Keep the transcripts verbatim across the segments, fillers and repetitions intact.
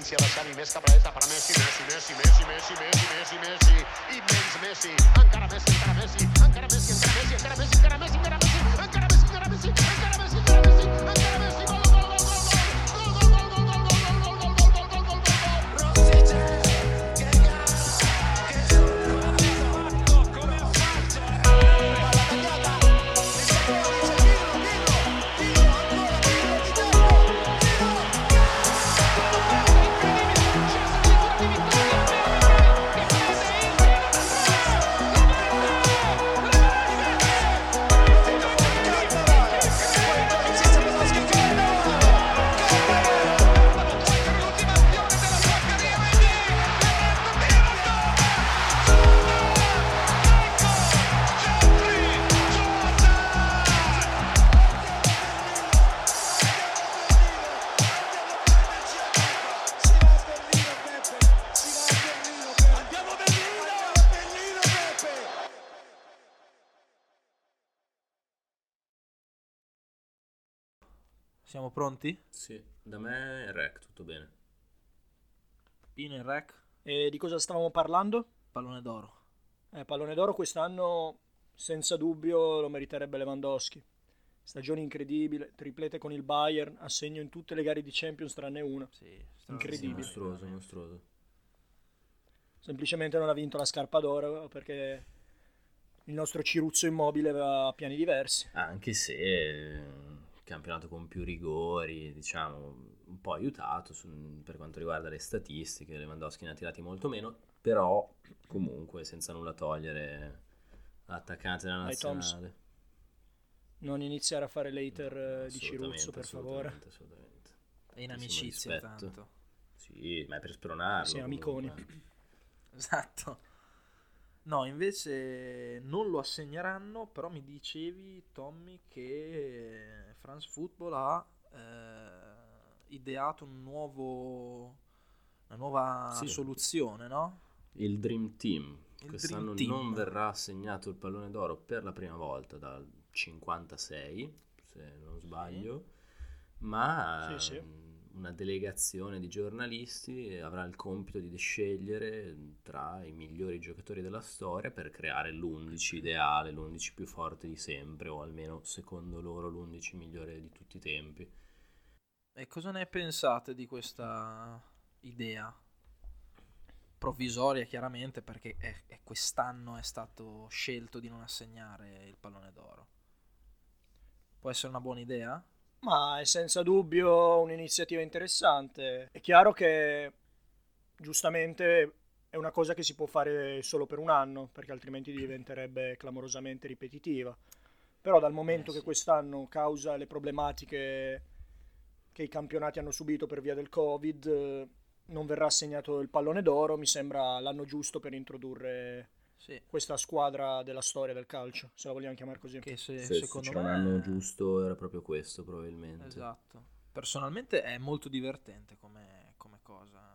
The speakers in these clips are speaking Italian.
Valencia, la Xavi, més cap a dreta per a Messi, Messi, Messi, Messi, Messi, Messi, Messi, Messi, immens Messi, encara Messi, encara Messi, encara Messi, encara Messi, encara Messi, encara Messi, encara Messi, encara Messi, encara Messi, encara Messi, encara Messi, encara Messi, gol, gol, gol, gol, gol, gol, gol, gol, gol, gol, gol, gol, gol, gol, gol, gol, Rosic, che gara, che fatto, come ha fatto, palla tagliata, mi sembra che c'è Pirlo, Pirlo, Pirlo, ancora Pirlo, di testa, Siamo pronti? Sì, da me è rec, tutto bene. Pino in rec, E di cosa stavamo parlando? pallone d'oro. Eh, pallone d'oro quest'anno senza dubbio lo meriterebbe Lewandowski. Stagione incredibile, triplete con il Bayern, assegno in tutte le gare di Champions tranne una. Sì, Incredibile. Mostruoso, mostruoso. Semplicemente non ha vinto la scarpa d'oro perché il nostro Ciruzzo Immobile aveva piani diversi. Anche se eh, campionato con più rigori, diciamo, un po' aiutato su- per quanto riguarda le statistiche, Lewandowski ne ha tirati molto meno, però comunque senza nulla togliere l'attaccante della Dai, Toms. nazionale. Non iniziare a fare l'hater eh, di Assolutamente, Ciruzzo, per favore. assolutamente, assolutamente. È in Massimo amicizia rispetto. tanto. Sì, ma è per spronarlo. Sì, amiconi. comunque. Esatto. No, invece non lo assegneranno, però mi dicevi, Tommy, che France Football ha eh, ideato un nuovo, una nuova Sì. soluzione, no? Il Dream Team. Il Quest'anno Dream Team. non verrà assegnato il pallone d'oro per la prima volta dal cinquantasei, se non sbaglio, ma Sì, sì. mh, una delegazione di giornalisti avrà il compito di scegliere tra i migliori giocatori della storia per creare l'undici ideale, l'undici più forte di sempre, o almeno secondo loro l'undici migliore di tutti i tempi. E cosa ne pensate di questa idea? Provvisoria chiaramente, perché è, è quest'anno è stato scelto di non assegnare il pallone d'oro. Può essere una buona idea? Ma è senza dubbio un'iniziativa interessante. È chiaro che giustamente è una cosa che si può fare solo per un anno, perché altrimenti diventerebbe clamorosamente ripetitiva. Però dal momento Eh, che sì. quest'anno, causa le problematiche che i campionati hanno subito per via del Covid, eh, non verrà assegnato il pallone d'oro, mi sembra l'anno giusto per introdurre Sì. questa squadra della storia del calcio, se la vogliamo chiamare così. Che se, Se, se secondo c'era me un anno giusto era proprio questo, probabilmente. Esatto. Personalmente è molto divertente come, come cosa.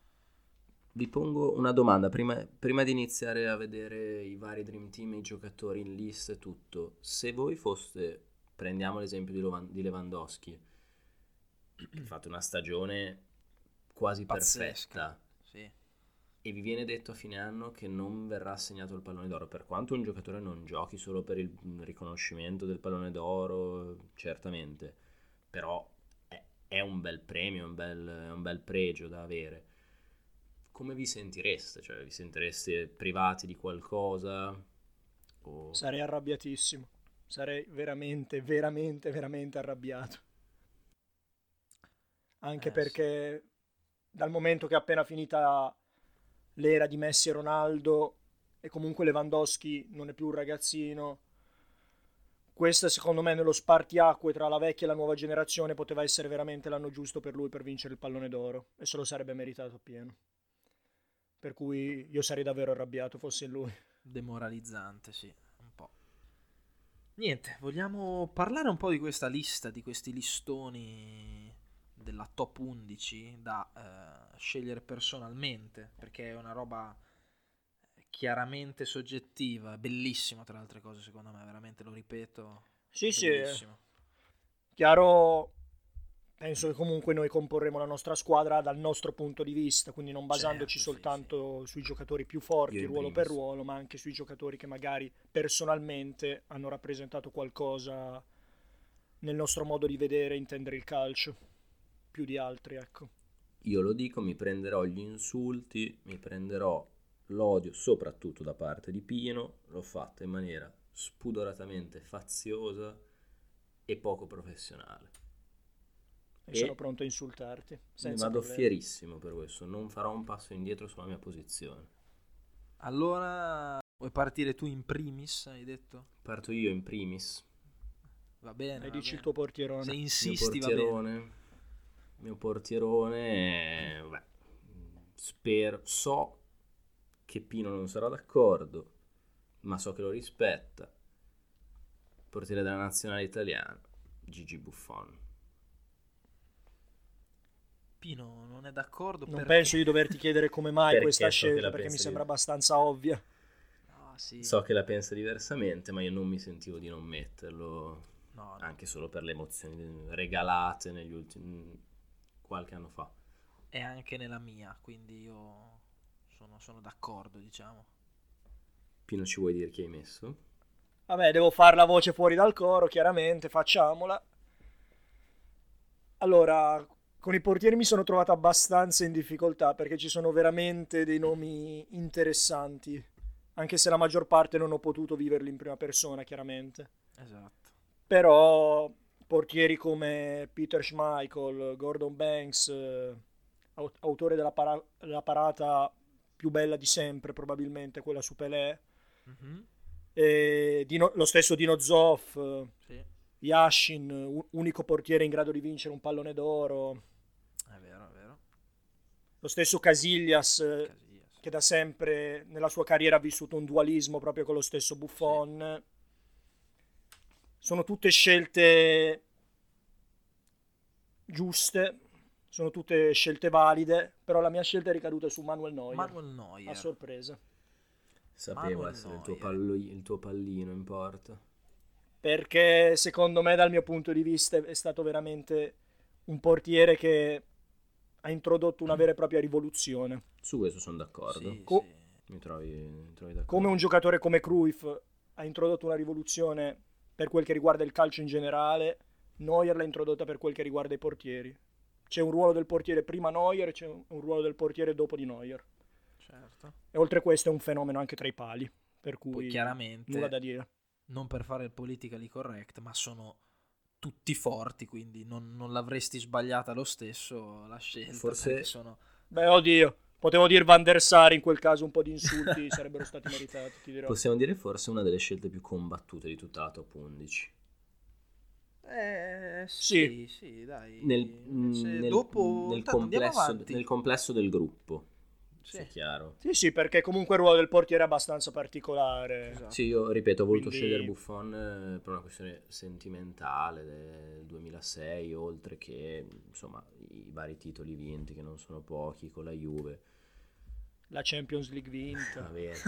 Vi pongo una domanda prima, prima di iniziare a vedere i vari Dream Team, i giocatori in lista e tutto. Se voi foste, prendiamo l'esempio di, Lovan- di Lewandowski, che ha fatto una stagione quasi Pazzesca. perfetta, Sì. e vi viene detto a fine anno che non verrà assegnato il pallone d'oro, per quanto un giocatore non giochi solo per il riconoscimento del pallone d'oro, certamente, però è, è un bel premio, è un bel, è un bel pregio da avere. Come vi sentireste? Cioè, vi sentireste privati di qualcosa? O... Sarei arrabbiatissimo. Sarei veramente, veramente, veramente arrabbiato. Anche Eh, perché dal momento che è appena finita l'era di Messi e Ronaldo e comunque Lewandowski non è più un ragazzino, questo secondo me nello spartiacque tra la vecchia e la nuova generazione poteva essere veramente l'anno giusto per lui per vincere il pallone d'oro e se lo sarebbe meritato appieno. Per cui io sarei davvero arrabbiato fossi in lui. demoralizzante, sì, un po'. Niente, vogliamo parlare un po' di questa lista, di questi listoni della top undici da eh, scegliere personalmente, perché è una roba chiaramente soggettiva, bellissima tra le altre cose, secondo me, veramente lo ripeto. Sì, sì. Bellissimo. Chiaro, penso che comunque noi comporremo la nostra squadra dal nostro punto di vista, quindi non basandoci Certo, sì, soltanto sui giocatori più forti, Io in ruolo primis. per ruolo, ma anche sui giocatori che magari personalmente hanno rappresentato qualcosa nel nostro modo di vedere e intendere il calcio, più di altri, ecco. Io lo dico, mi prenderò gli insulti, mi prenderò l'odio soprattutto da parte di Pino, l'ho fatto in maniera spudoratamente faziosa e poco professionale. E, E sono pronto a insultarti, Ne senza vado problemi. fierissimo per questo, non farò un passo indietro sulla mia posizione. Allora, vuoi partire tu in primis, hai detto? Parto io in primis. Va bene, E va dici bene. il tuo portierone. Se Mio insisti va bene. portierone, mio portierone, beh, spero, so che Pino non sarà d'accordo, ma so che lo rispetta. Portiere della nazionale italiana, Gigi Buffon. Pino non è d'accordo Non perché... penso di doverti chiedere come mai Perché questa so che scelta, la perché mi pensi sembra di- abbastanza ovvia. No, sì. So che la pensa diversamente, ma io non mi sentivo di non metterlo, No, no. anche solo per le emozioni regalate negli ultimi qualche anno fa. È anche nella mia, quindi io sono, sono d'accordo, diciamo. Pino, ci vuoi dire chi hai messo? Vabbè, devo fare la voce fuori dal coro, chiaramente, facciamola. Allora, con i portieri mi sono trovato abbastanza in difficoltà perché ci sono veramente dei nomi interessanti, anche se la maggior parte non ho potuto viverli in prima persona, chiaramente. Esatto. Però portieri come Peter Schmeichel, Gordon Banks, eh, au- autore della, para- della parata più bella di sempre, probabilmente quella su Pelé, Mhm. e Dino- lo stesso Dino Zoff, eh, Sì, Yashin, u- unico portiere in grado di vincere un pallone d'oro, è vero, è vero. lo stesso Casillas, eh, Casillas. che da sempre nella sua carriera ha vissuto un dualismo proprio con lo stesso Buffon. Sono tutte scelte giuste, sono tutte scelte valide, però la mia scelta è ricaduta su Manuel Neuer, Manuel Neuer. a sorpresa, Sapevo Manuel essere il tuo, Neuer. pallo- il tuo pallino in porta. perché secondo me dal mio punto di vista è stato veramente un portiere che ha introdotto una vera e propria rivoluzione. Su questo sono d'accordo. Sì, Co- sì. Mi trovi, mi trovi d'accordo. Come un giocatore come Cruyff ha introdotto una rivoluzione per quel che riguarda il calcio in generale, Neuer l'ha introdotta per quel che riguarda i portieri. C'è un ruolo del portiere prima Neuer, c'è un un ruolo del portiere dopo di Neuer. Certo. E oltre a questo è un fenomeno anche tra i pali, per Poi cui chiaramente, nulla da dire. non per fare il politically correct, ma sono tutti forti, quindi non, non l'avresti sbagliata lo stesso la scelta. Forse- perché sono... Beh, oddio, potevo dire Van der Sar, in quel caso un po' di insulti sarebbero stati meritati, ti dirò. Possiamo dire forse una delle scelte più combattute di tutta la top undici. Eh, Sì. sì, sì, dai. Nel, Se nel- dopo nel tanto andiamo complesso, avanti. nel complesso del gruppo, Sì. sia chiaro. Sì, sì, perché comunque il ruolo del portiere è abbastanza particolare. Esatto. Sì, io ripeto, ho voluto Quindi- scegliere Buffon eh, per una questione sentimentale del duemilasei, oltre che insomma i vari titoli vinti, che non sono pochi, con la Juve. La Champions League Va vinta. bene,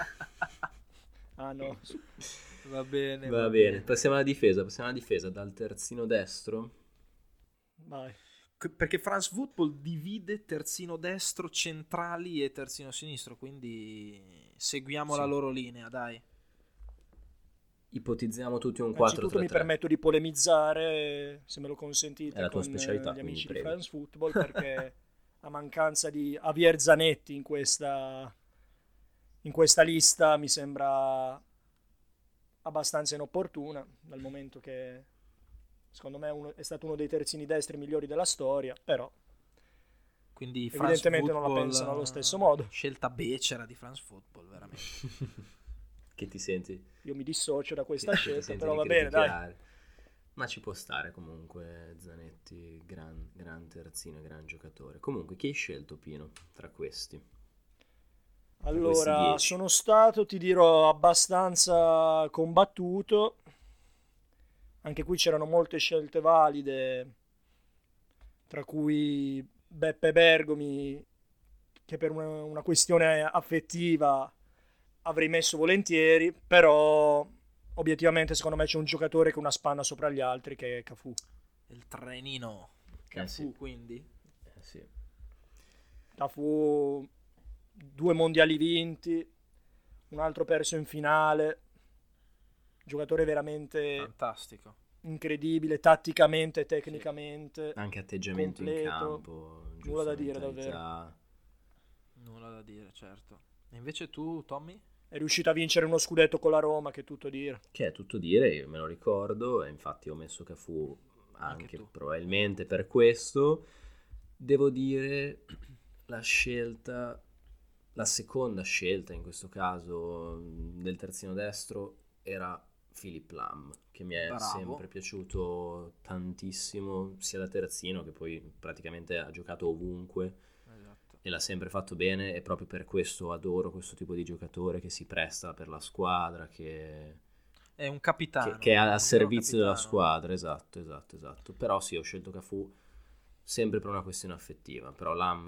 Ah no, Va bene. va bene. Passiamo alla difesa, passiamo alla difesa dal terzino destro. vai. C- Perché France Football divide terzino destro, centrali e terzino sinistro, quindi seguiamo Sì. la loro linea, dai. Ipotizziamo tutti un quattro Innanzitutto tre mi tre. permetto di polemizzare, se me lo consentite, È la tua con eh, specialità, gli quindi amici di prego. France Football, perché a mancanza di Javier Zanetti in questa, in questa lista mi sembra abbastanza inopportuna, dal momento che secondo me è, uno- è stato uno dei terzini destri migliori della storia, però Quindi France evidentemente non la Football, pensano allo eh, stesso modo. Scelta becera di France Football, veramente. Che ti senti? Io mi dissocio da questa che ti scelta, senti però di va bene, dai. criticare. Ma ci può stare comunque Zanetti, gran, gran terzino e gran giocatore. Comunque, chi hai scelto, Pino, tra questi? Allora, questi dieci. sono stato, ti dirò, abbastanza combattuto. Anche qui c'erano molte scelte valide, tra cui Beppe Bergomi, che per una, una questione affettiva avrei messo volentieri, però obiettivamente secondo me c'è un giocatore che ha una spanna sopra gli altri, che è Cafù. Il trenino. Cafu, sì. quindi? Eh, sì. Cafu, due mondiali vinti, un altro perso in finale, giocatore veramente Fantastico. incredibile tatticamente e tecnicamente, Anche atteggiamento in completo, campo, nulla giusta da dire mentalità. davvero. Nulla da dire, certo. E invece tu, Tommy? È riuscito a vincere uno scudetto con la Roma, che è tutto dire. Che è tutto dire, io me lo ricordo, e infatti ho messo Cafu Anche anche tu. probabilmente per questo. Devo dire, la scelta, la seconda scelta in questo caso mh, del terzino destro era Philipp Lahm, che mi è Bravo. sempre piaciuto tantissimo, sia da terzino che poi praticamente ha giocato ovunque Esatto. e l'ha sempre fatto bene, e proprio per questo adoro questo tipo di giocatore che si presta per la squadra, che, È un capitano. che, che è un a vero servizio della capitano. squadra, esatto, esatto, esatto. Però sì, ho scelto Cafu sempre per una questione affettiva, però Lahm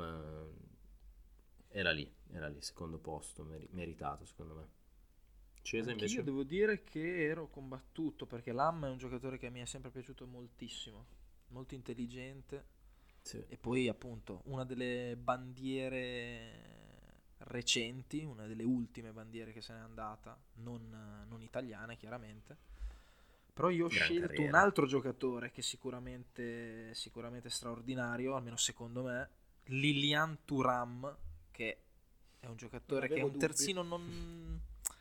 eh, era lì, era lì, secondo posto, meri- meritato secondo me. Cesa Anch'io invece? devo dire che ero combattuto, perché Lam è un giocatore che mi è sempre piaciuto moltissimo, molto intelligente, Sì. e poi appunto una delle bandiere recenti, una delle ultime bandiere che se n'è andata, non, non italiane chiaramente, però io ho Gran scelto carriera. un altro giocatore che sicuramente sicuramente straordinario, almeno secondo me, Lilian Thuram, che è un giocatore Non che è avevo un dubbi. terzino non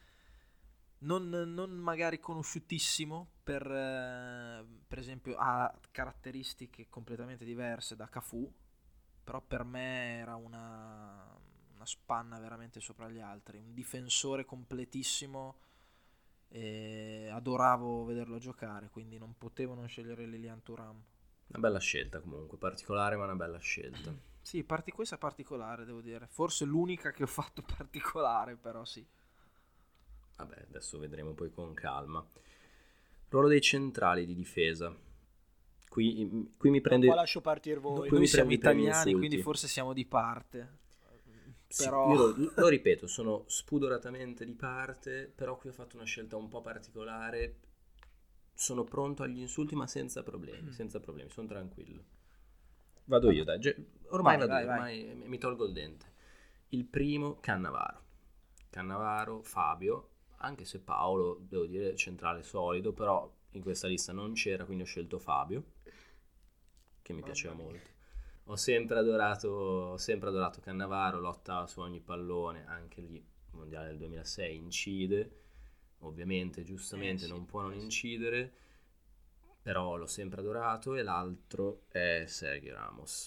non, non magari conosciutissimo per, eh, per esempio ha caratteristiche completamente diverse da Cafu, però per me era una, una spanna veramente sopra gli altri, un difensore completissimo, e adoravo vederlo giocare, quindi non potevo non scegliere Lilian Thuram. Una bella scelta comunque, particolare ma una bella scelta. Sì, parti, questa è particolare, devo dire, forse l'unica che ho fatto particolare, però sì. Vabbè, adesso vedremo poi con calma. Ruolo dei centrali di difesa. Qui, qui mi prende... Qua lascio partire voi. Qui Noi mi siamo prendi i primi italiani, insulti. quindi forse siamo di parte. Sì, Però io lo, lo ripeto, sono spudoratamente di parte, però qui ho fatto una scelta un po' particolare. Sono pronto agli insulti, ma senza problemi, senza problemi, sono tranquillo. Vado io, dai. Ge- Ormai Vai, vado vai, io, ormai mi- mi tolgo il dente. Il primo, Cannavaro. Cannavaro, Fabio, anche se Paolo, devo dire, centrale solido, però in questa lista non c'era, quindi ho scelto Fabio, che mi Mamma piaceva mia. molto. Ho sempre adorato, ho sempre adorato Cannavaro, lotta su ogni pallone, anche lì, mondiale del duemilasei, incide, ovviamente, giustamente, Eh sì, non può non eh sì. incidere, però l'ho sempre adorato. E l'altro è Sergio Ramos.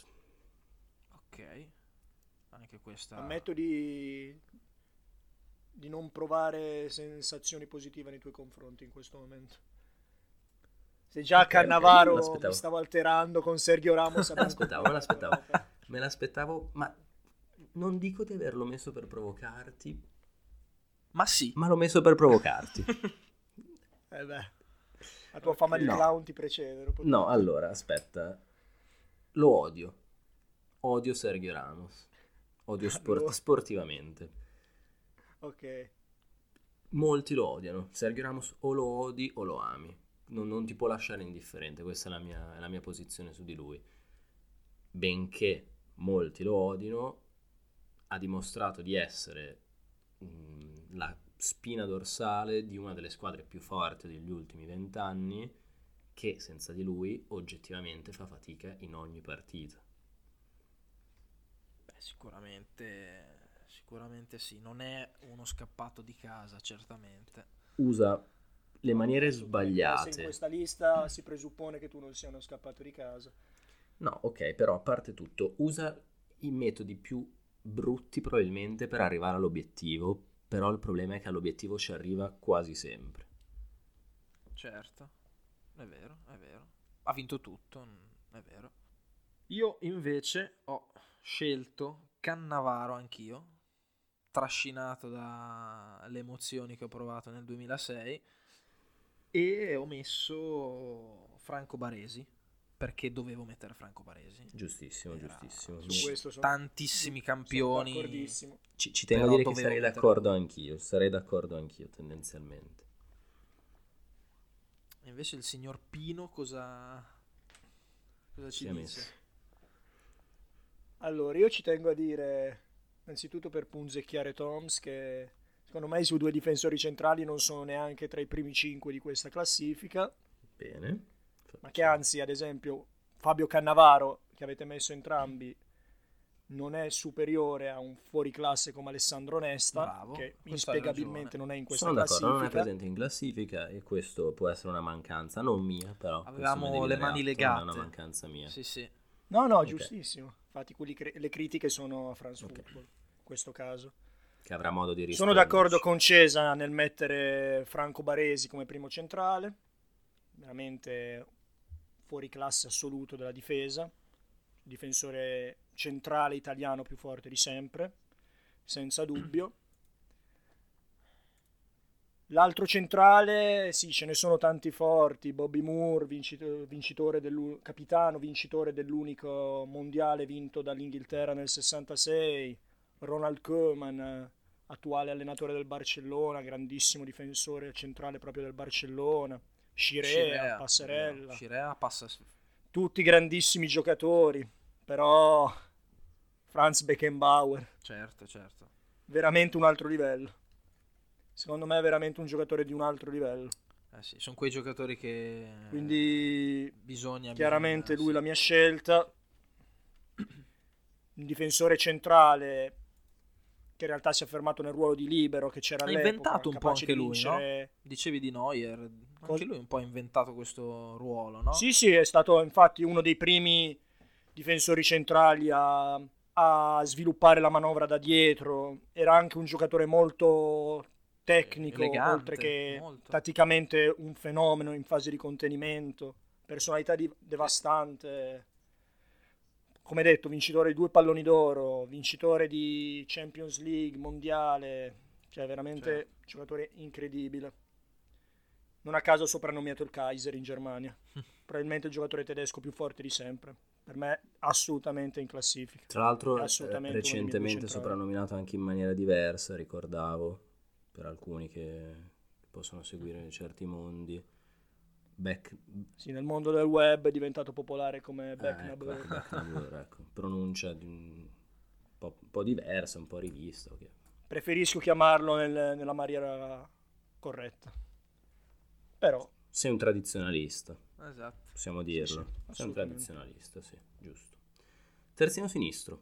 ok, anche questa Ammetto di, di non provare sensazioni positive nei tuoi confronti in questo momento. Se già a Ok, ok, Cannavaro me l'aspettavo. mi stavo alterando con Sergio Ramos, Me l'aspettavo, me l'aspettavo. però- Me l'aspettavo, ma non dico di averlo messo per provocarti, ma sì. ma l'ho messo per provocarti. Eh beh, la tua fama di No. clown ti precede. lo posso No, dire. allora, aspetta. Lo odio. Odio Sergio Ramos. Odio sport- Allora. sportivamente. Ok. Molti lo odiano. Sergio Ramos o lo odi o lo ami. Non, non ti può lasciare indifferente. Questa è la mia, è la mia posizione su di lui. Benché molti lo odino, ha dimostrato di essere mh, la spina dorsale di una delle squadre più forti degli ultimi vent'anni, che senza di lui oggettivamente fa fatica in ogni partita. Beh, sicuramente sicuramente sì, non è uno scappato di casa, certamente. Usa le No, maniere adesso per essere in sbagliate. questa lista si presuppone che tu non sia uno scappato di casa. No, ok, però a parte tutto, usa i metodi più brutti probabilmente per arrivare all'obiettivo, però il problema è che all'obiettivo ci arriva quasi sempre. Certo, è vero, è vero. Ha vinto tutto, è vero. Io invece ho scelto Cannavaro anch'io, trascinato dalle emozioni che ho provato nel duemilasei, e ho messo Franco Baresi, perché dovevo mettere Franco Baresi. Giustissimo, Era- giustissimo. Su Mi- questo sono, Tantissimi sono campioni. d'accordissimo. Ci, ci tengo a Però dire che dovevo sarei mettere d'accordo lui. anch'io, sarei d'accordo anch'io tendenzialmente. Invece il signor Pino cosa, cosa ci Ci ha dice? messo. Allora, io ci tengo a dire, innanzitutto per punzecchiare Toms, che secondo me i suoi due difensori centrali non sono neanche tra i primi cinque di questa classifica, Bene. ma che anzi, ad esempio, Fabio Cannavaro, che avete messo entrambi, non è superiore a un fuoriclasse come Alessandro Nesta, Bravo, che questo hai inspiegabilmente non è in questa Sono d'accordo, non è classifica. presente in classifica e questo può essere una mancanza, non mia, però. questo Avevamo me devi le dare mani atto, legate. Non è una mancanza mia. Sì, sì. No, no, Ok. giustissimo. Infatti quelli cre- le critiche sono a France Ok. Football, in questo caso. Che avrà modo di Sono risponderci. d'accordo con Cesa nel mettere Franco Baresi come primo centrale, veramente fuori classe assoluto della difesa, difensore centrale italiano più forte di sempre, senza dubbio. L'altro centrale, sì, ce ne sono tanti forti, Bobby Moore, vincito- vincitore dell'u- capitano, vincitore dell'unico mondiale vinto dall'Inghilterra nel sessantasei, Ronald Koeman, eh, attuale allenatore del Barcellona, grandissimo difensore centrale proprio del Barcellona, Scirea, Passerella, Scirea passa. tutti grandissimi giocatori, però Franz Beckenbauer, Certo, certo. veramente un altro livello. Secondo me è veramente un giocatore di un altro livello. Eh sì, sono quei giocatori che Quindi bisogna chiaramente bisogna- lui sì. la mia scelta. Un difensore centrale che in realtà si è affermato nel ruolo di libero che c'era Ha all'epoca, inventato un po' capace anche di lui, vincere. Dicevi di Neuer, anche Cos- lui un po' ha inventato questo ruolo, no? Sì, sì, è stato infatti uno dei primi difensori centrali a, a sviluppare la manovra da dietro. Era anche un giocatore molto tecnico, Elegante, oltre che molto. tatticamente un fenomeno in fase di contenimento, personalità di- devastante. Come detto, vincitore di due palloni d'oro, vincitore di Champions League, mondiale, cioè veramente Certo. giocatore incredibile. Non a caso soprannominato il Kaiser in Germania. Probabilmente il giocatore tedesco più forte di sempre. Per me assolutamente in classifica. Tra l'altro È eh, assolutamente uno dei miei due recentemente centrali. soprannominato anche in maniera diversa, ricordavo, per alcuni che possono seguire certi mondi. Beck... Sì, nel mondo del web è diventato popolare come Ah, ecco, Beckenbauer. ecco, Beckenbauer, ecco. Pronuncia di un po', un po' diversa, un po' rivista. ok. Preferisco chiamarlo nel- nella maniera corretta. Però Sei un tradizionalista, Esatto. possiamo dirlo. sì, Sei un assolutamente. tradizionalista, sì, giusto. Terzino sinistro.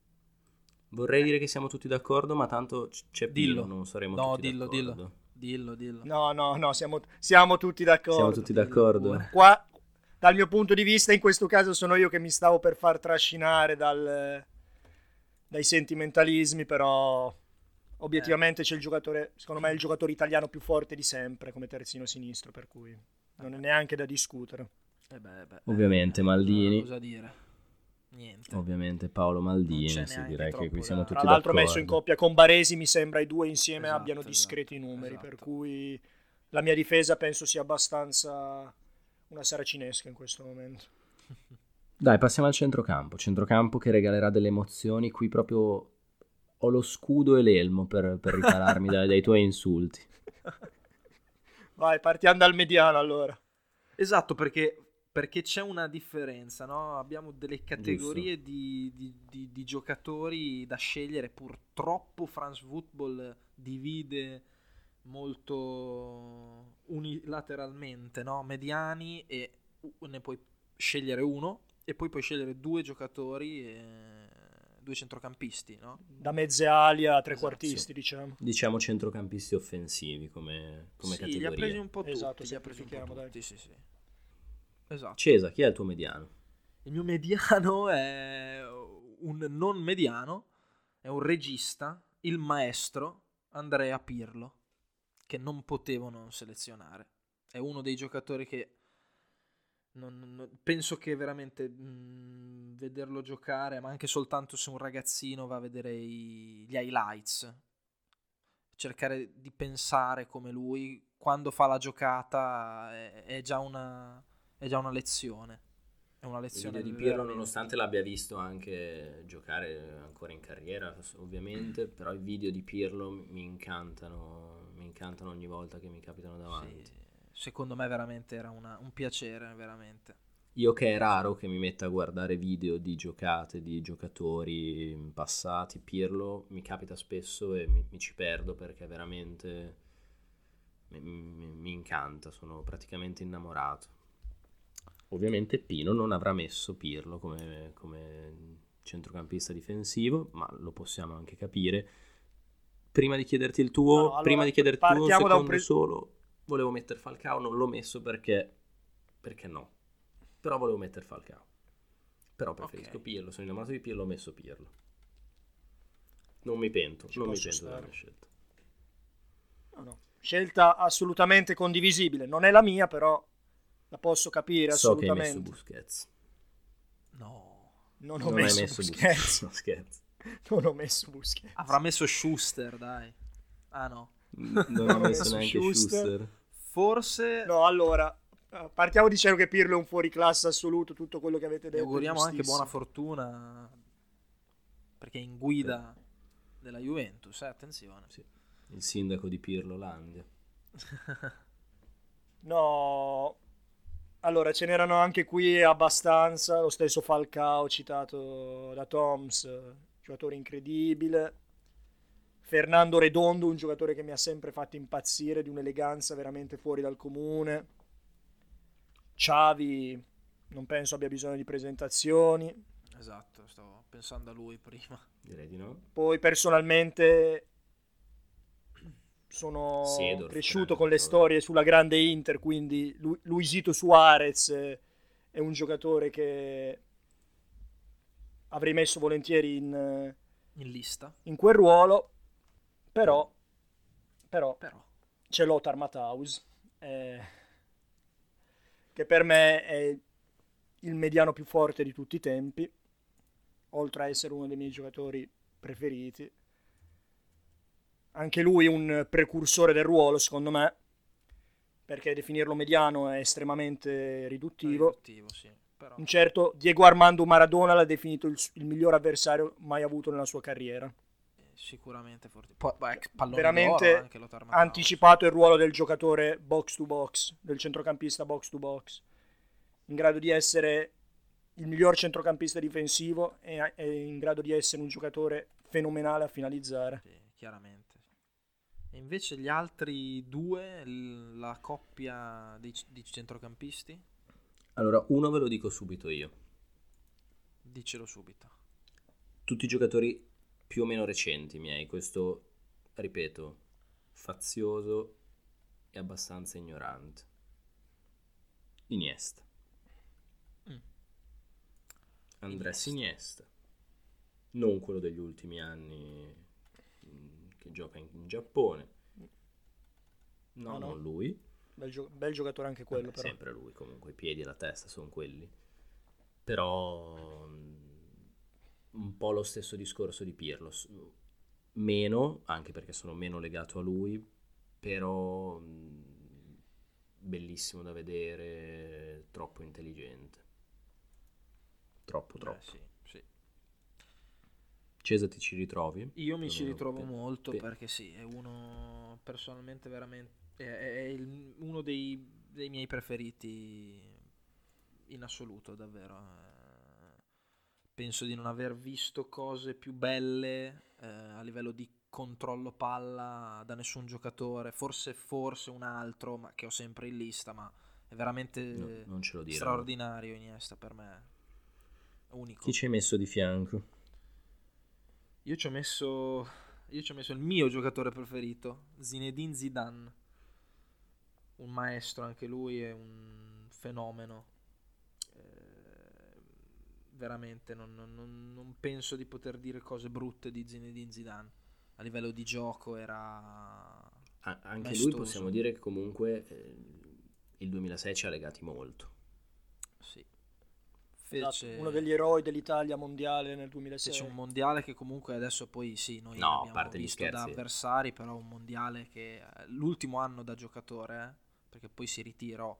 Vorrei dire che siamo tutti d'accordo, ma tanto c- c'è Dillo. Pino, non saremo No, tutti dillo, d'accordo. dillo. Dillo, dillo. no, no, no, siamo, siamo tutti d'accordo. Siamo tutti Dillo d'accordo? pure. Qua, dal mio punto di vista, in questo caso sono io che mi stavo per far trascinare dal, dai sentimentalismi, però obiettivamente c'è il giocatore, secondo me è il giocatore italiano più forte di sempre come terzino sinistro, per cui non è neanche da discutere. Eh beh, beh, Ovviamente eh, Maldini. Cosa dire? Niente. Ovviamente Paolo Maldini, Non c'è sì, neanche direi che qui troppo siamo da- tutti Tra l'altro d'accordo. messo in coppia con Baresi mi sembra i due insieme Esatto, abbiano esatto, discreti numeri, per esatto. cui la mia difesa penso sia abbastanza una saracinesca in questo momento. Dai, passiamo al centrocampo. Centrocampo che regalerà delle emozioni. Qui proprio ho lo scudo e l'elmo per, per ripararmi dai, dai tuoi insulti. Vai, partiamo dal mediano allora. Esatto, perché, perché c'è una differenza, no? Abbiamo delle categorie di, di- di- di giocatori da scegliere. Purtroppo France Football divide molto unilateralmente, no? Mediani, e u- ne puoi scegliere uno e poi puoi scegliere due giocatori, e due centrocampisti, no? Da mezze ali a trequartisti, Esatto. diciamo. Diciamo centrocampisti offensivi come, come Sì, li ha categoria. presi un po' tutti. Esatto, li ha presi un po' semplifichiamo, dai. tutti, sì, sì. Esatto. Cesa, chi è il tuo mediano? Il mio mediano è un non mediano, è un regista, il maestro Andrea Pirlo, che non potevo non selezionare. È uno dei giocatori che non- non- penso che veramente mh, vederlo giocare, ma anche soltanto se un ragazzino va a vedere i- gli highlights, cercare di pensare come lui, quando fa la giocata è, è già una, è già una lezione. È una Il lezione video di Pirlo, veramente. nonostante l'abbia visto anche giocare ancora in carriera, ovviamente, però i video di Pirlo mi incantano, mi incantano ogni volta che mi capitano davanti. Sì, secondo me veramente era una- un piacere, veramente. Io che è raro che mi metta a guardare video di giocate di giocatori passati, Pirlo mi capita spesso e mi, mi ci perdo perché veramente mi, mi, mi incanta, sono praticamente innamorato. Ovviamente Pino non avrà messo Pirlo come, come centrocampista difensivo, ma lo possiamo anche capire. Prima di chiederti il tuo, No, no, allora, prima di chiederti tu un partiamo secondo da un pre- solo, volevo mettere Falcao, non l'ho messo perché perché no. Però volevo mettere Falcao. Però preferisco Ok. Pirlo, sono innamorato di Pirlo, ho messo Pirlo. Non mi pento, Ci non mi posso pento della stare. mia scelta. No, no. Scelta assolutamente condivisibile. Non è la mia, però la posso capire So che hai messo assolutamente. Busquets. No. Non ho Non messo, hai messo Busquets. Busquets. No, scherzo. Non ho messo Busquets. Avrà messo Schuster, dai. Ah no. Non ho messo neanche Schuster. Schuster. Forse No, allora, eh, partiamo dicendo che Pirlo è un fuoriclasse assoluto, tutto quello che avete gli detto. è auguriamo anche giustissimo. buona fortuna perché è in guida della Juventus, eh, attenzione. Sì. Il sindaco di Pirlo Landia. No, allora ce n'erano anche qui abbastanza, lo stesso Falcao citato da Toms, eh, giocatore incredibile. Fernando Redondo, un giocatore che mi ha sempre fatto impazzire, di un'eleganza veramente fuori dal comune. Xavi, non penso abbia bisogno di presentazioni. Esatto, stavo pensando a lui prima. Direi di no. Poi personalmente sono Seedorf, cresciuto grande con le giocatore. storie sulla grande Inter, quindi Lu- Luisito Suarez eh, è un giocatore che avrei messo volentieri in, eh, In lista. in quel ruolo, però, però Però. c'è Lothar Matthaus, eh, che per me è il mediano più forte di tutti i tempi, oltre a essere uno dei miei giocatori preferiti. Anche lui un precursore del ruolo, secondo me, perché definirlo mediano è estremamente riduttivo. Riduttivo, sì. Però. Un certo Diego Armando Maradona l'ha definito il, il miglior avversario mai avuto nella sua carriera. Sicuramente forte. Poi, beh, pallone Veramente d'oro anche Lothar ha Matthäus. anticipato il ruolo del giocatore box to box, del centrocampista box to box, in grado di essere il miglior centrocampista difensivo e è in grado di essere un giocatore fenomenale a finalizzare. Sì, chiaramente. E invece gli altri due, l- la coppia di, di centrocampisti, Allora, uno ve lo dico subito io. dicelo subito. Tutti i giocatori più o meno recenti miei, questo, ripeto, fazioso e abbastanza ignorante. Iniesta. Mm. Andrés Iniesta. Iniesta. Non quello degli ultimi anni mh, che gioca in, in Giappone. No, No, no. non lui. Bel, gio- bel giocatore anche quello, Vabbè, però. sempre lui, comunque i piedi e la testa sono quelli. Però mh, un po' lo stesso discorso di Pirlo. S- Meno, anche perché sono meno legato a lui, però mh, bellissimo da vedere, troppo intelligente. Troppo, troppo. Eh, sì, sì. Cesa, ti ci ritrovi? Io mi Più o ci meno ritrovo pe- molto pe- perché sì, è uno personalmente veramente è, è il- uno dei, dei miei preferiti in assoluto, davvero. Eh, Penso di non aver visto cose più belle eh, a livello di controllo palla da nessun giocatore, forse forse un altro, ma che ho sempre in lista, ma è veramente No, non ce lo dire. straordinario Iniesta per me. Unico. Chi ci hai messo di fianco? Io ci ho messo io ci ho messo il mio giocatore preferito, Zinedine Zidane. Un maestro anche lui, è un fenomeno. Eh, veramente non, non- non penso di poter dire cose brutte di Zinedine Zidane. A livello di gioco era A- anche maestoso. lui possiamo dire che comunque eh, il duemilasei ci ha legati molto. Sì. Esatto, Fece, uno degli eroi dell'Italia mondiale nel duemilasei. fece un mondiale che comunque adesso poi sì, noi No, a abbiamo parte gli visto da scherzi. avversari, però un mondiale che eh, l'ultimo anno da giocatore, eh, perché poi si ritirò.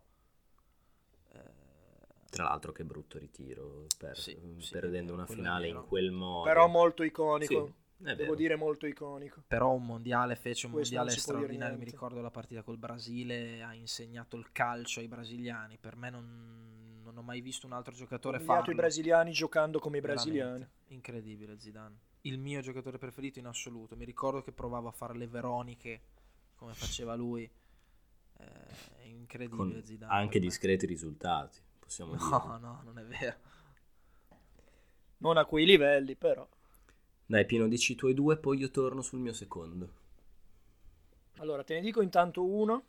eh, Tra l'altro che brutto ritiro, per- Sì, sì, perdendo una quello è finale vero. in quel modo. Però molto iconico. Sì, è Devo vero. dire molto iconico. Però un mondiale fece un Questo mondiale non si può dire straordinario. Mi niente. ricordo la partita col Brasile, ha insegnato il calcio ai brasiliani. Per me non, non non ho mai visto un altro giocatore Umiliato farlo. i brasiliani giocando come i Veramente. brasiliani. Incredibile Zidane. Il mio giocatore preferito in assoluto. Mi ricordo che provavo a fare le veroniche come faceva lui. Eh, è incredibile Con Zidane. anche per me. discreti risultati, possiamo dire. No, no, non è vero. Non a quei livelli, però. Dai Pino, dici i tuoi due, poi io torno sul mio secondo. Allora, te ne dico intanto uno,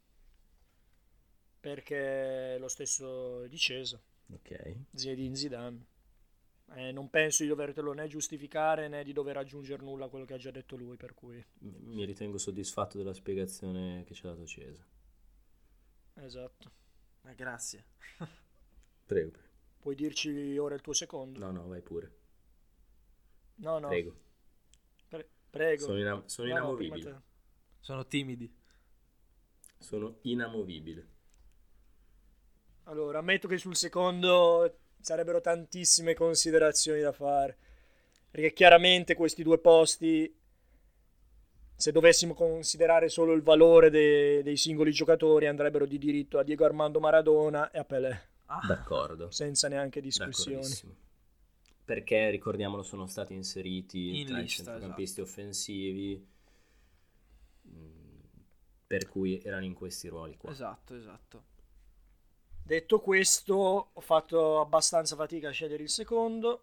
perché è lo stesso di Cesa, Ok. Zinedine Zidane. Eh, non penso di dovertelo né giustificare né di dover aggiungere nulla a quello che ha già detto lui, per cui... Mi mi ritengo soddisfatto della spiegazione che ci ha dato Cesa. Esatto. Eh, grazie. Prego. prego. Puoi dirci ora il tuo secondo? No, no, vai pure. No, no. Prego. Pre- prego. Sono, ina- sono No, inamovibile. prima te. Sono timidi. Sono inamovibile. Allora, ammetto che sul secondo sarebbero tantissime considerazioni da fare, perché chiaramente questi due posti, se dovessimo considerare solo il valore de- dei singoli giocatori, andrebbero di diritto a Diego Armando Maradona e a Pelé, Ah, D'accordo. senza neanche discussioni. D'accordissimo. Perché, ricordiamolo, sono stati inseriti In tra i lista, centrocampisti offensivi, mh, per cui erano in questi ruoli qua. esatto, esatto. Detto questo, ho fatto abbastanza fatica a scegliere il secondo.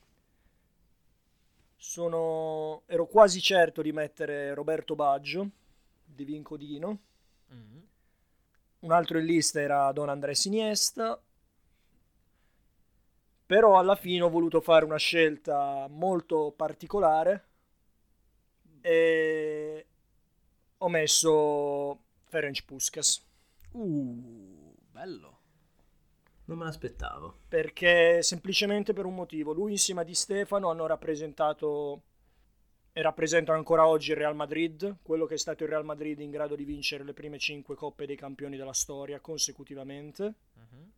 Sono... Ero quasi certo di mettere Roberto Baggio di Vincodino. Mm. Un altro in lista era Don Andrés Iniesta. Però alla fine ho voluto fare una scelta molto particolare e ho messo Ferenc Puskás. Uh, bello. Non me l'aspettavo. Perché semplicemente per un motivo. Lui insieme a Di Stefano hanno rappresentato e rappresentano ancora oggi il Real Madrid, quello che è stato il Real Madrid in grado di vincere le prime cinque coppe dei campioni della storia consecutivamente. Mhm.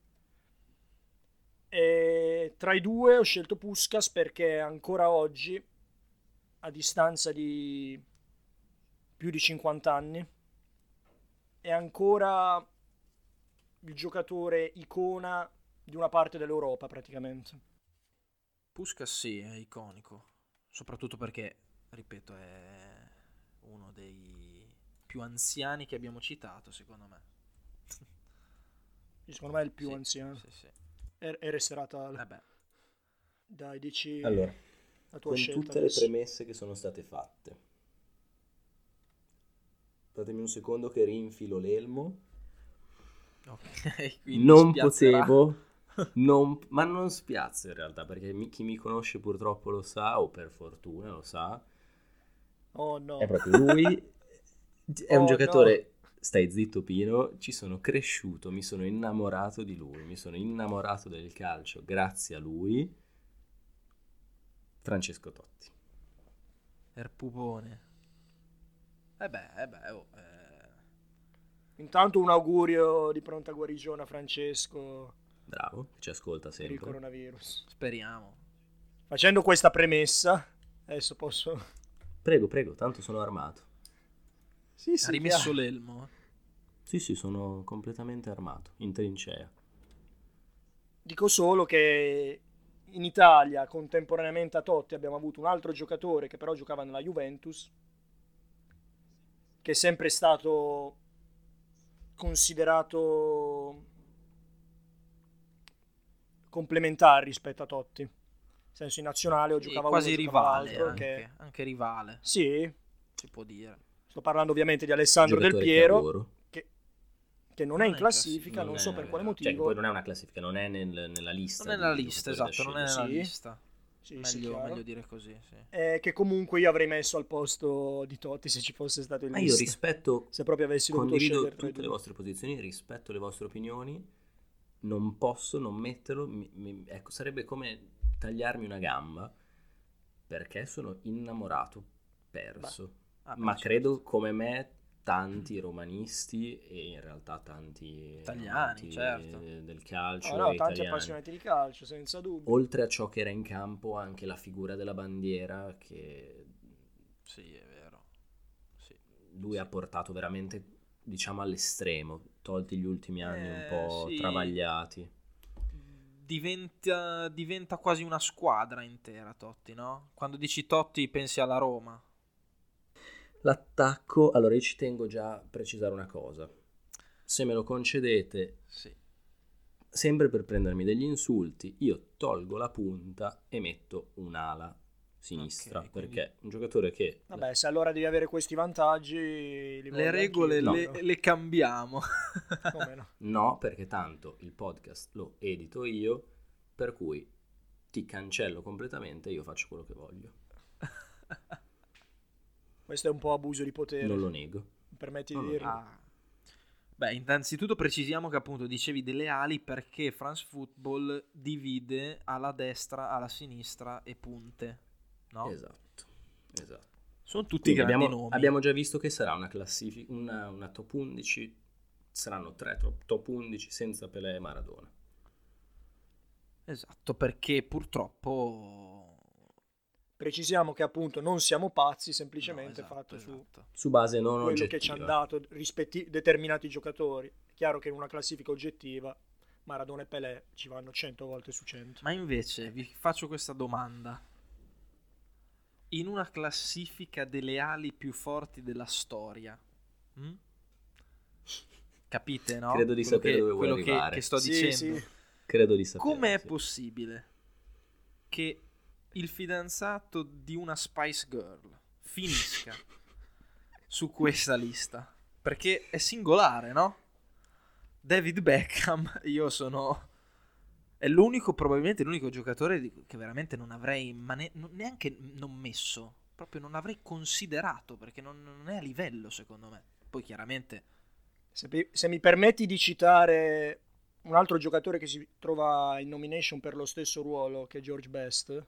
E tra i due ho scelto Puskás perché ancora oggi, a distanza di più di cinquanta anni, è ancora il giocatore icona di una parte dell'Europa praticamente. Puskás sì, è iconico. Soprattutto perché, ripeto, è uno dei più anziani che abbiamo citato, secondo me. Secondo me è il più Sì, anziano. Sì, sì. E, e resterà tale. Eh beh. Dai, dici Allora, la tua con scelta tutte adesso. le premesse che sono state fatte, datemi un secondo che rinfilo l'elmo. Ok, quindi Non spiazzerà. potevo, non- ma non spiazzo in realtà, perché mi- chi mi conosce purtroppo lo sa, o per fortuna lo sa, Oh no. è proprio lui. È un Oh, giocatore, stai zitto Pino, ci sono cresciuto, mi sono innamorato di lui, mi sono innamorato del calcio grazie a lui, Francesco Totti. Erpupone. Eh beh, eh beh, oh, eh. Intanto un augurio di pronta guarigione a Francesco Bravo, che ci ascolta per il sempre. coronavirus. Speriamo. Facendo questa premessa, adesso posso... Prego, prego, tanto sono armato. Sì, sì, Ha rimesso chiaro. l'elmo. Sì, sì, sono completamente armato, in trincea. Dico solo che in Italia, contemporaneamente a Totti, abbiamo avuto un altro giocatore che però giocava nella Juventus, che è sempre stato considerato complementare rispetto a Totti. Nel senso, in nazionale o Sì, giocava quasi uno, giocava rivale l'altro, anche, che- anche rivale, Sì, si può dire. sto parlando ovviamente di Alessandro Del Giocatore che Piero, adoro. che, che non è in classifica, non, Non so è- per quale Cioè, che motivo. poi non è una classifica, non è nel- nella lista. Non è nella di lista, giocatori da esatto, non è scegliere. nella Sì. lista. Sì, sì, Meglio, chiaro. meglio dire così, sì. Eh, che comunque io avrei messo al posto di Totti se ci fosse stato il Ma io lista. rispetto, Se proprio avessi dovuto condivido scegliere tra i tutte le due. vostre posizioni, rispetto le vostre opinioni, non posso non metterlo, mi- mi- ecco, sarebbe come tagliarmi una gamba, perché sono innamorato, perso. Ah, beh, Ma certo. credo come me tanti romanisti e in realtà tanti Italiani, amanti certo. del calcio Ah, no, e tanti italiani. appassionati di calcio, senza dubbio. Oltre a ciò che era in campo, anche la figura della bandiera che Sì, è vero. Sì. lui ha portato veramente, diciamo, all'estremo, tolti gli ultimi anni un Eh, po' sì. travagliati. diventa, diventa quasi una squadra intera Totti, no? Quando dici Totti pensi alla Roma. L'attacco, allora io ci tengo già a precisare una cosa. Se me lo concedete, Sì. sempre per prendermi degli insulti, io tolgo la punta e metto un'ala sinistra, Ok, quindi- perché un giocatore che... Vabbè, se allora devi avere questi vantaggi, li Le voglio regole anch'io, le, però. le cambiamo. Come no? No, perché tanto il podcast lo edito io, per cui ti cancello completamente e io faccio quello che voglio. Questo è un po' abuso di potere. Non lo nego. Mi permetti Non di lo dirlo? Ah. Beh, innanzitutto precisiamo che appunto dicevi delle ali perché France Football divide alla destra, alla sinistra e punte, no? Esatto, esatto. Sono tutti Quindi grandi abbiamo, nomi. abbiamo già visto che sarà una classifica, una, una top undici, saranno tre top, top undici senza Pelé e Maradona. Esatto, perché purtroppo... Precisiamo che appunto non siamo pazzi, No, semplicemente esatto, fatto su esatto. Su base non quello oggettiva. che ci hanno dato rispetti- determinati giocatori. È chiaro che in una classifica oggettiva Maradona e Pelé ci vanno cento volte su cento. Ma invece vi faccio questa domanda. In una classifica delle ali più forti della storia, hm? Capite, no? Credo di Quello sapere che, dove vuoi quello che, arrivare. che sto Sì, dicendo. sì. Credo di sapere. Com'è sì. possibile che il fidanzato di una Spice Girl finisca su questa lista? Perché è singolare, no? David Beckham, io sono... È l'unico, probabilmente l'unico giocatore di- che veramente non avrei ma ne- non- neanche non messo, proprio non avrei considerato, perché non, non è a livello secondo me. Poi chiaramente... Se, pi- se mi permetti di citare un altro giocatore che si trova in nomination per lo stesso ruolo che George Best.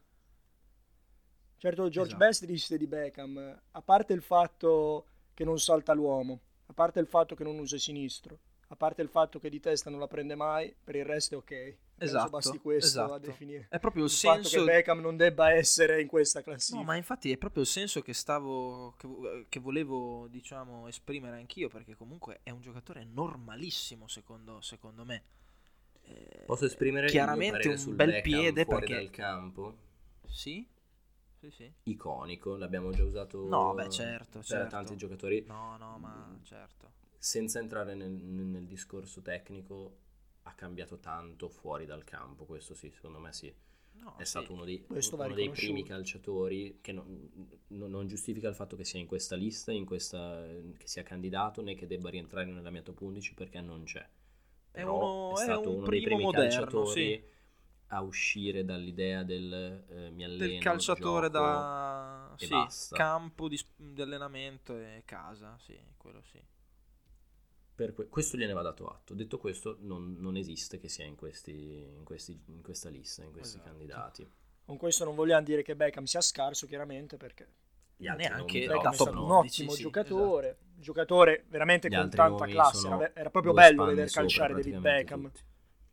Certo, George Esatto. Best disse di Beckham, a parte il fatto che non salta l'uomo, a parte il fatto che non usa il sinistro, a parte il fatto che di testa non la prende mai, per il resto è ok. Penso Esatto, basti questo a esatto. definire È proprio il, il fatto senso... che Beckham non debba essere in questa classifica. No, ma infatti è proprio il senso che stavo che, vo- che volevo, diciamo, esprimere anch'io, perché comunque è un giocatore normalissimo secondo, secondo me. Eh, Posso esprimere chiaramente il mio parere un sul bel Beckham piede fuori perché dal campo? Sì? Sì, sì. Iconico, l'abbiamo già usato No, beh, certo, per certo. tanti giocatori. No, no, ma certo. Senza entrare nel, nel- nel discorso tecnico, ha cambiato tanto fuori dal campo, questo sì, secondo me sì. No, È sì. stato uno dei, Questo va uno dei riconosciuto. primi calciatori che non, non- non giustifica il fatto che sia in questa lista, in questa, che sia candidato, né che debba rientrare nella mia top undici perché non c'è. Però uno- è è stato un uno dei primo primi moderno, calciatori sì. a uscire dall'idea del eh, mi alleno, Del calciatore gioco da e sì, basta. campo di, di allenamento e casa, sì, quello sì. Per que- questo gliene va dato atto. Detto questo, non, non esiste che sia in, questi, in, questi, in questa lista, in questi Esatto. candidati. Con questo non vogliamo dire che Beckham sia scarso, chiaramente, perché Gli altri Neanche nomi Beckham però Beckham è top stato sono- un undici, ottimo sì, giocatore, esatto. un giocatore veramente Gli con altri tanta nomi classe. sono Era, era proprio due bello spanne vedere sopra calciare David praticamente Beckham. tutti.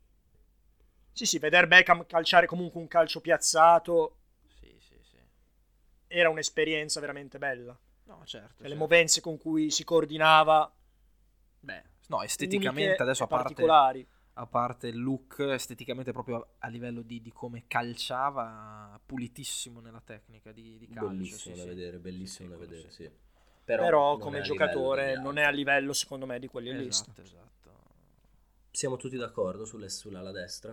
Sì, sì, vedere Beckham calciare comunque un calcio piazzato Sì, sì, sì. era un'esperienza veramente bella. No, certo. E le certo. movenze con cui si coordinava, Beh, no, esteticamente uniche adesso e a parte, particolari. a parte il look, esteticamente proprio a livello di, di come calciava, pulitissimo nella tecnica di, di calcio. Bellissimo sì, da sì. vedere, bellissimo Sì, sì, da quello vedere, sì. sì. Però, Però, non come è a livello giocatore degli non è a altri. livello, secondo me, di quelli in lista. Esatto, esatto. Siamo tutti d'accordo sulle- sull'ala destra?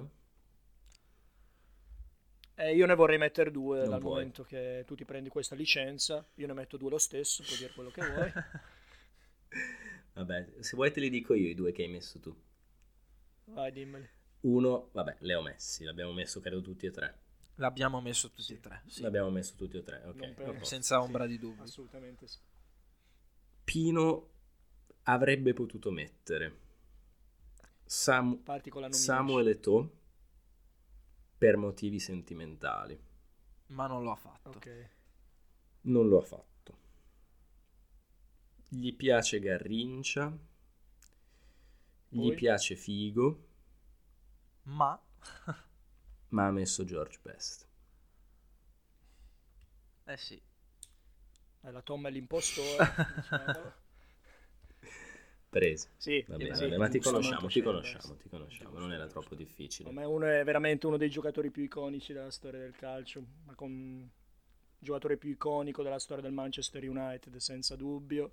Eh, io ne vorrei mettere due Non dal puoi. momento che tu ti prendi questa licenza. Io ne metto due lo stesso, puoi dire quello che vuoi. Vabbè, se vuoi te li dico io i due che hai messo tu. Vai, dimmeli. Uno, vabbè, Leo Messi, l'abbiamo messo credo tutti e tre. L'abbiamo messo tutti e tre, sì. L'abbiamo messo tutti e tre, ok. Non a per- posto. Senza ombra di dubbio. Assolutamente sì. Pino avrebbe potuto mettere Sam- Parti con la nomination. Samuel Eto'o per motivi sentimentali. Ma non lo ha fatto. Ok. Non lo ha fatto. Gli piace Garrincia, gli Poi? piace Figo, Ma ma ha messo George Best. eh sì. Eh, la Tom è l'impostore. diciamo. Presi. Sì, Va bene, sì, vabbè, ma ti giusto, conosciamo, molto ti bene, conosciamo, sì. ti conosciamo, Giusto, non era giusto. troppo difficile. Per me uno è veramente uno dei giocatori più iconici della storia del calcio, ma con il giocatore più iconico della storia del Manchester United, senza dubbio.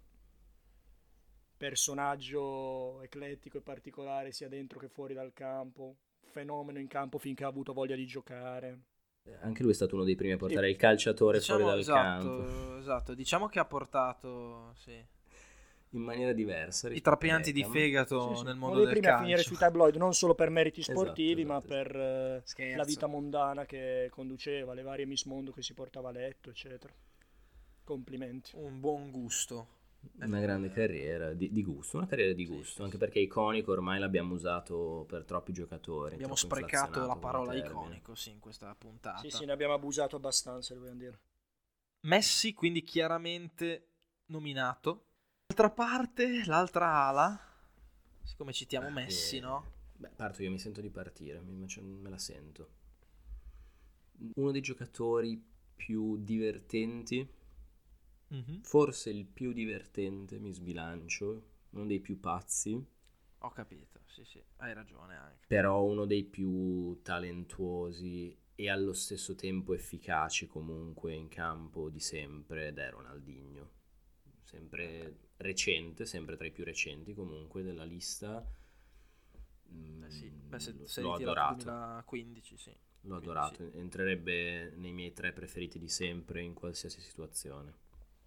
Personaggio eclettico e particolare sia dentro che fuori dal campo, fenomeno in campo finché ha avuto voglia di giocare. Anche lui è stato uno dei primi a Sì. portare il calciatore fuori Diciamo, dal campo esatto, esatto, diciamo che ha portato, sì, in maniera diversa i rispetto a trapianti di Beckham. fegato Sì, sì. nel Uno mondo dei del primi a finire calcio. sui tabloid, non solo per meriti Esatto, sportivi, esatto, ma esatto. per eh, Scherzo. la vita mondana che conduceva, le varie Miss Mondo che si portava a letto, eccetera. Complimenti. Un buon gusto. Una grande carriera di, di gusto, una carriera di Sì, gusto, sì, anche sì. perché iconico ormai l'abbiamo usato per troppi giocatori. Abbiamo troppo sprecato inflazionato la come parola termine. iconico, sì, in questa puntata. Sì, sì, ne abbiamo abusato abbastanza, dobbiamo dire. Messi, quindi chiaramente nominato. D'altra parte, l'altra ala, siccome citiamo Messi, Eh, no? Beh, parto io, mi sento di partire, mi- cioè, me la sento. Uno dei giocatori più divertenti, Mhm. forse il più divertente, mi sbilancio, uno dei più pazzi, Ho capito, sì, sì, hai ragione anche. però uno dei più talentuosi e allo stesso tempo efficaci comunque in campo di sempre, ed è Ronaldinho. Sempre recente, sempre tra i più recenti comunque della lista. Beh, sì, Mm, beh, se l- sei l'ho ritirato adorato, duemilaquindici, sì. l'ho Quindi adorato, entrerebbe nei miei tre preferiti di sempre in qualsiasi situazione.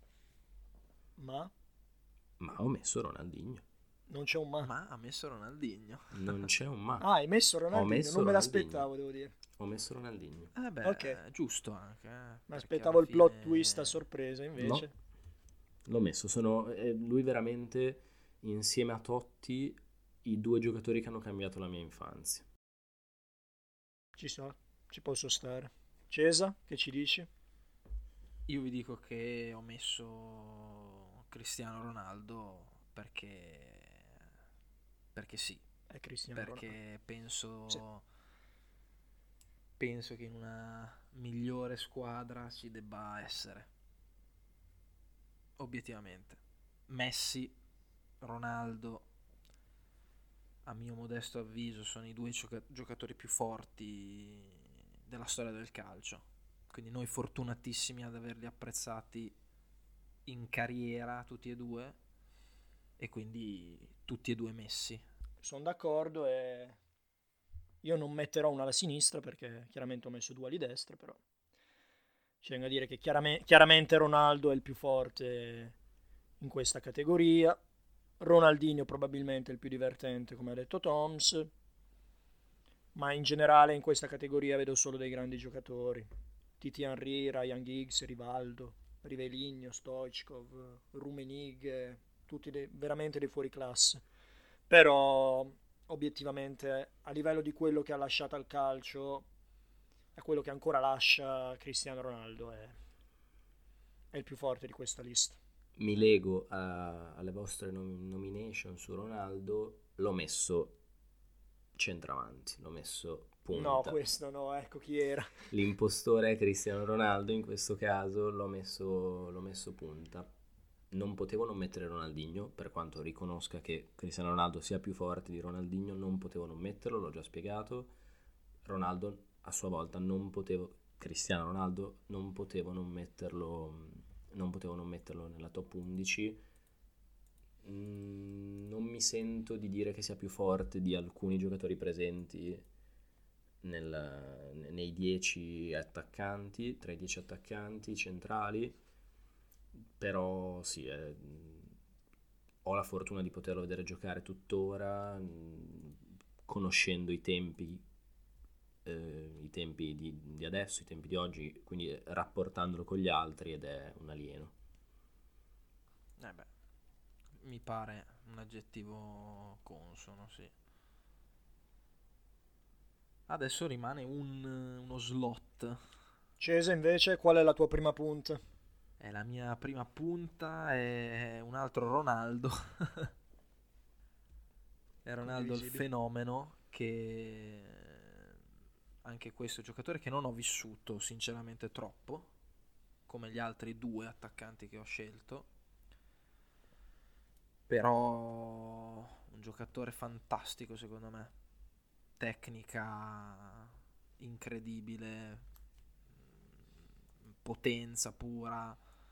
Ma Ma ho messo Ronaldinho, non c'è un ma. Ma ha messo Ronaldinho. non c'è un ma. Ah, hai messo Ronaldinho? messo Non me Ronaldinho. l'aspettavo, devo dire. Ho messo Ronaldinho. Eh beh, Ok. è giusto anche. eh, Mi perché aspettavo alla il plot fine- twist a sorpresa, invece. L'ho messo, sono eh, lui veramente insieme a Totti i due giocatori che hanno cambiato la mia infanzia. Ci so, ci posso stare. Cesa, che ci dici? Io vi dico che ho messo Cristiano Ronaldo perché perché sì, È Cristiano Ronaldo. perché penso Sì. penso che in una migliore squadra ci debba essere. Obiettivamente. Messi, Ronaldo, a mio modesto avviso, sono i due gioca- giocatori più forti della storia del calcio. Quindi noi fortunatissimi ad averli apprezzati in carriera tutti e due, e quindi tutti e due messi. Sono d'accordo e io non metterò una alla sinistra perché chiaramente ho messo due ali destra, però c'è da dire che chiarame- chiaramente Ronaldo è il più forte in questa categoria. Ronaldinho probabilmente è il più divertente, come ha detto Toms, ma in generale in questa categoria vedo solo dei grandi giocatori. Titi Henry, Ryan Giggs, Rivaldo, Rivellino, Stoichkov, Rummenigge, tutti dei- veramente dei fuoriclasse. Però obiettivamente a livello di quello che ha lasciato al calcio, a quello che ancora lascia Cristiano Ronaldo è, è il più forte di questa lista. Mi lego a- alle vostre nom- nomination su Ronaldo, l'ho messo centravanti, l'ho messo punta. No, questo no, ecco chi era. L'impostore è Cristiano Ronaldo, in questo caso l'ho messo, l'ho messo punta. Non potevo non mettere Ronaldinho, per quanto riconosca che Cristiano Ronaldo sia più forte di Ronaldinho, non potevo non metterlo, l'ho già spiegato. Ronaldo a sua volta non potevo, Cristiano Ronaldo non potevo non metterlo, non potevo non metterlo nella top undici. Mm, non mi sento di dire che sia più forte di alcuni giocatori presenti nel- nei dieci attaccanti, tra i dieci attaccanti centrali, però sì, eh, ho la fortuna di poterlo vedere giocare tuttora, mh, conoscendo i tempi, eh, i tempi di, di adesso, i tempi di oggi, quindi eh, rapportandolo con gli altri, ed è un alieno. Eh beh, mi pare un aggettivo consono, sì. Adesso rimane un, uno slot. Cesa invece, qual è la tua prima punta? E la mia prima punta è un altro Ronaldo. È Ronaldo il Condivisibile. fenomeno, che anche questo giocatore che non ho vissuto sinceramente troppo, come gli altri due attaccanti che ho scelto. però un giocatore fantastico secondo me, tecnica incredibile, potenza pura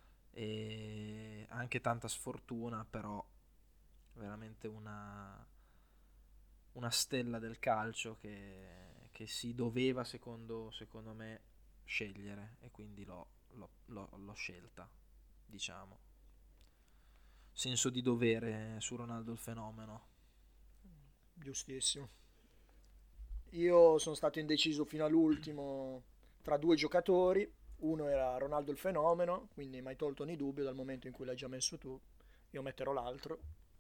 e anche tanta sfortuna, però veramente una, una stella del calcio che, che si doveva secondo, secondo me scegliere, e quindi l'ho, l'ho, l'ho, l'ho scelta, diciamo. Senso di dovere su Ronaldo il fenomeno. Giustissimo. Io sono stato indeciso fino all'ultimo tra due giocatori. Uno era Ronaldo il fenomeno, quindi mi hai tolto ogni dubbio dal momento in cui l'hai già messo tu. Io metterò l'altro,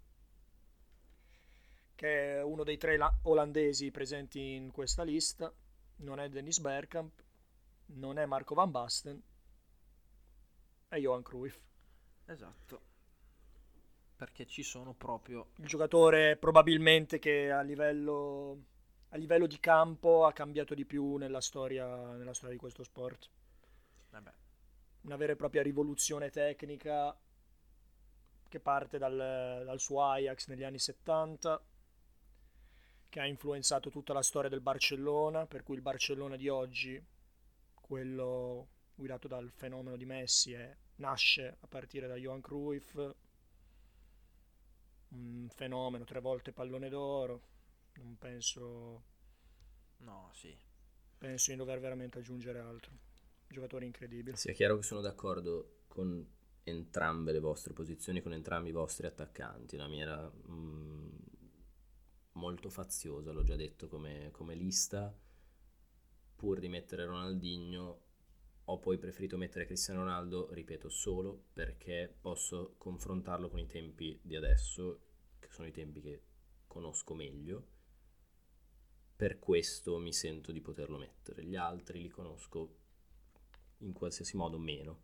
che è uno dei tre la- olandesi presenti in questa lista. Non è Dennis Bergkamp, non è Marco Van Basten, è Johan Cruyff. Esatto, perché ci sono proprio... Il giocatore probabilmente che a livello, a livello di campo ha cambiato di più nella storia, nella storia di questo sport. Vabbè, Una vera e propria rivoluzione tecnica che parte dal, dal suo Ajax negli anni settanta, che ha influenzato tutta la storia del Barcellona, per cui il Barcellona di oggi, quello guidato dal fenomeno di Messi, è, nasce a partire da Johan Cruyff, un fenomeno, tre volte pallone d'oro. Non penso, no, sì. penso di dover veramente aggiungere altro. Giocatore incredibile. Sia chiaro che sono d'accordo con entrambe le vostre posizioni, con entrambi i vostri attaccanti. La mia era mm, molto faziosa, l'ho già detto come, come lista. Pur di mettere Ronaldinho, ho poi preferito mettere Cristiano Ronaldo, ripeto, solo perché posso confrontarlo con i tempi di adesso, che sono i tempi che conosco meglio. Per questo mi sento di poterlo mettere. Gli altri li conosco in qualsiasi modo meno.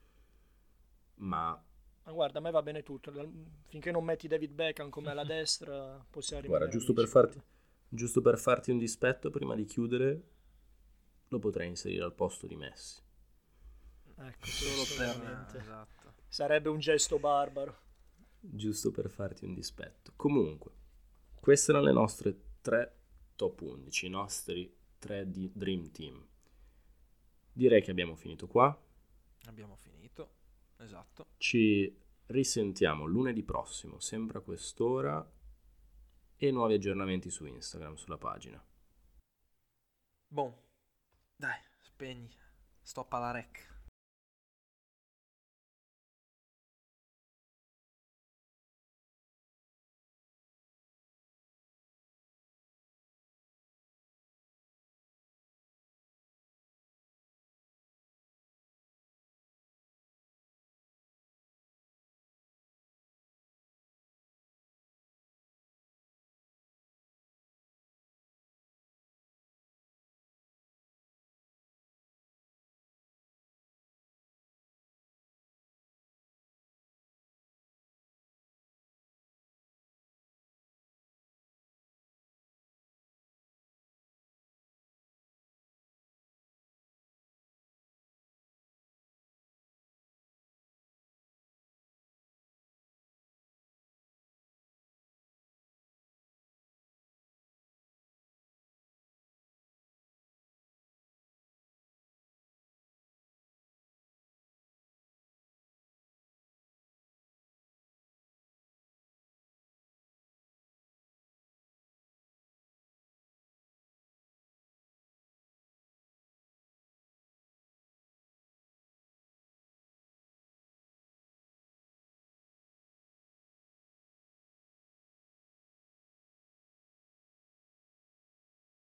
Ma Ma guarda, a me va bene tutto. Finché non metti David Beckham come alla destra, possiamo rimanere guarda, giusto per amici, farti guarda. giusto per farti un dispetto, prima di chiudere, lo potrei inserire al posto di Messi. Ecco, Solo questo per... veramente Esatto. sarebbe un gesto barbaro. Giusto per farti un dispetto. Comunque, queste erano le nostre tre top undici, i nostri tre di Dream Team. Direi che abbiamo finito qua. Abbiamo finito, esatto. Ci risentiamo lunedì prossimo, sempre a quest'ora, e nuovi aggiornamenti su Instagram, sulla pagina. Boh, dai, spegni. Stoppa la rec.